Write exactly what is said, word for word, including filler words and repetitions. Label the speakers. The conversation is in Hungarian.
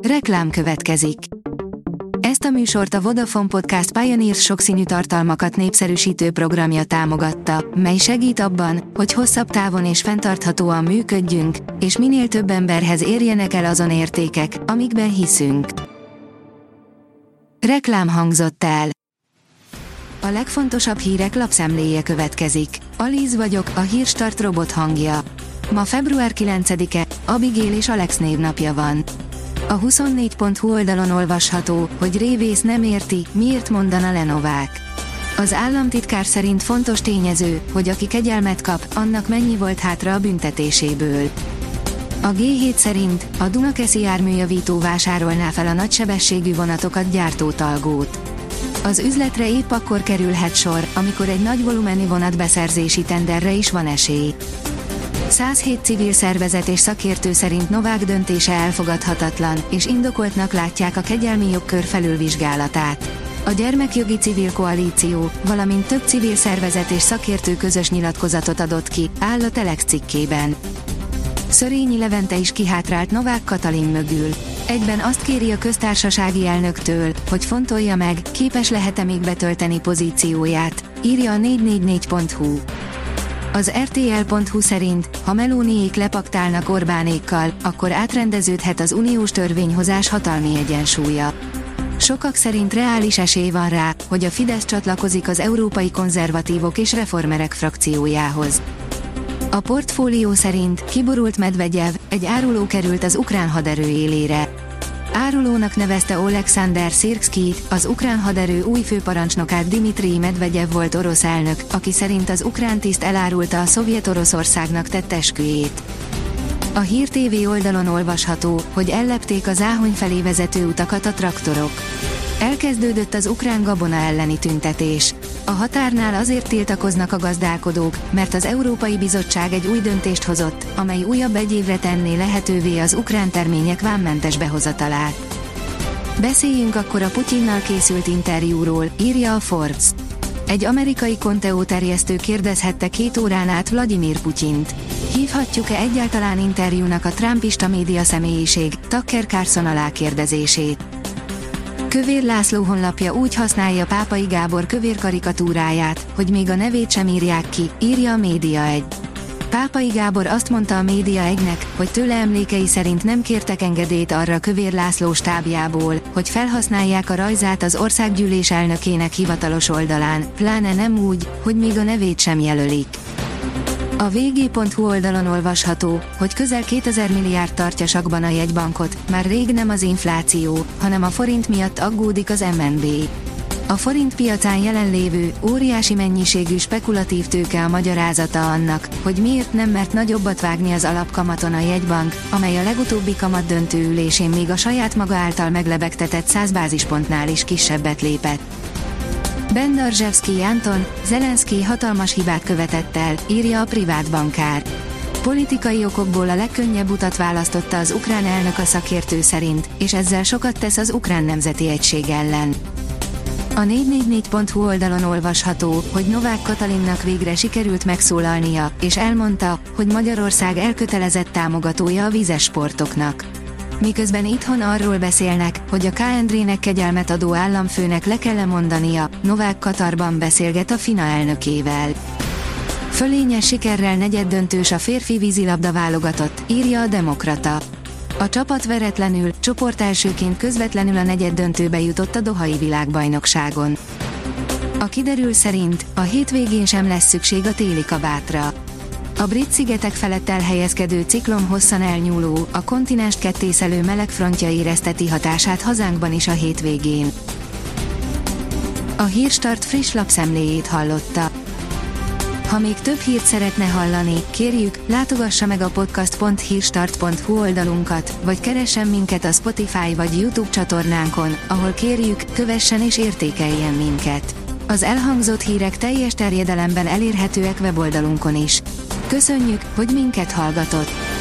Speaker 1: Reklám következik. Ezt a műsort a Vodafone Podcast Pioneers sokszínű tartalmakat népszerűsítő programja támogatta, mely segít abban, hogy hosszabb távon és fenntarthatóan működjünk, és minél több emberhez érjenek el azon értékek, amikben hiszünk. Reklám hangzott el. A legfontosabb hírek lapszemléje következik. Alíz vagyok, a Hírstart robot hangja. Ma február kilencedike, Abigail és Alex névnapja van. A huszonnégy pont hu oldalon olvasható, hogy Révész nem érti, miért mondana le Novák. Az államtitkár szerint fontos tényező, hogy aki kegyelmet kap, annak mennyi volt hátra a büntetéséből. A gé hét szerint a Dunakeszi járműjavító vásárolná fel a nagysebességű vonatokat gyártó Talgót. Az üzletre épp akkor kerülhet sor, amikor egy nagy volumenű vonatbeszerzési tenderre is van esély. száz hét civil szervezet és szakértő szerint Novák döntése elfogadhatatlan, és indokoltnak látják a kegyelmi jogkör felülvizsgálatát. A Gyermekjogi Civil Koalíció, valamint több civil szervezet és szakértő közös nyilatkozatot adott ki, áll a Telex cikkében. Szörényi Levente is kihátrált Novák Katalin mögül. Egyben azt kéri a köztársasági elnöktől, hogy fontolja meg, képes lehet-e még betölteni pozícióját, írja a négy négy négy pont hu. Az er té el pont hu szerint, ha Meloniék lepaktálnak Orbánékkal, akkor átrendeződhet az uniós törvényhozás hatalmi egyensúlya. Sokak szerint reális esély van rá, hogy a Fidesz csatlakozik az európai konzervatívok és reformerek frakciójához. A portfólió szerint kiborult Medvegyev, egy áruló került az ukrán haderő élére. Árulónak nevezte Oleksandr Szirszkijt, az ukrán haderő új főparancsnokát Dmitrij Medvegyev volt orosz elnök, aki szerint az ukrán tiszt elárulta a Szovjet-Oroszországnak tett esküjét. A Hír té vé oldalon olvasható, hogy ellepték a Záhony felé vezető utakat a traktorok. Elkezdődött az ukrán gabona elleni tüntetés. A határnál azért tiltakoznak a gazdálkodók, mert az Európai Bizottság egy új döntést hozott, amely újabb egy évre tenné lehetővé az ukrán termények vámmentes behozatalát. Beszéljünk akkor a Putyinnal készült interjúról, írja a Forbes. Egy amerikai Conteo terjesztő kérdezhette két órán át Vladimir Putyint. Hívhatjuk-e egyáltalán interjúnak a trumpista média személyiség, Tucker Carlson alákérdezését? Kövér László honlapja úgy használja Pápai Gábor kövér karikatúráját, hogy még a nevét sem írják ki, írja a Média egy. Pápai Gábor azt mondta a Média egynek, hogy tőle emlékei szerint nem kértek engedélyt arra Kövér László stábjából, hogy felhasználják a rajzát az országgyűlés elnökének hivatalos oldalán, pláne nem úgy, hogy még a nevét sem jelölik. A vé gé pont hu oldalon olvasható, hogy közel kétezer milliárd tartja sakban a jegybankot, már rég nem az infláció, hanem a forint miatt aggódik az em en bé. A forint piacán jelenlévő, óriási mennyiségű spekulatív tőke a magyarázata annak, hogy miért nem mert nagyobbat vágni az alapkamaton a jegybank, amely a legutóbbi kamat döntő ülésén még a saját maga által meglebegtetett száz bázispontnál is kisebbet lépett. Bendarzsevszkij Anton, Zelenszkij hatalmas hibát követett el, írja a privát bankár. Politikai okokból a legkönnyebb utat választotta az ukrán elnök a szakértő szerint, és ezzel sokat tesz az ukrán nemzeti egység ellen. A négy négy négy pont hu oldalon olvasható, hogy Novák Katalinnak végre sikerült megszólalnia, és elmondta, hogy Magyarország elkötelezett támogatója a vízes sportoknak. Miközben itthon arról beszélnek, hogy a ká en dé-nek kegyelmet adó államfőnek le kell mondania, Novák Katarban beszélget a FINA elnökével. Fölényes sikerrel negyeddöntős a férfi vízilabda válogatott, írja a Demokrata. A csapat veretlenül, csoportelsőként közvetlenül a negyeddöntőbe jutott a dohai világbajnokságon. A kiderül szerint a hétvégén sem lesz szükség a téli kabátra. A brit szigetek felett elhelyezkedő ciklon hosszan elnyúló, a kontinenst kettészelő meleg frontja érezteti hatását hazánkban is a hétvégén. A Hírstart friss lapszemléjét hallotta. Ha még több hírt szeretne hallani, kérjük, látogassa meg a podcast pont hírstart pont hu oldalunkat, vagy keressen minket a Spotify vagy YouTube csatornánkon, ahol kérjük, kövessen és értékeljen minket. Az elhangzott hírek teljes terjedelemben elérhetőek weboldalunkon is. Köszönjük, hogy minket hallgatott!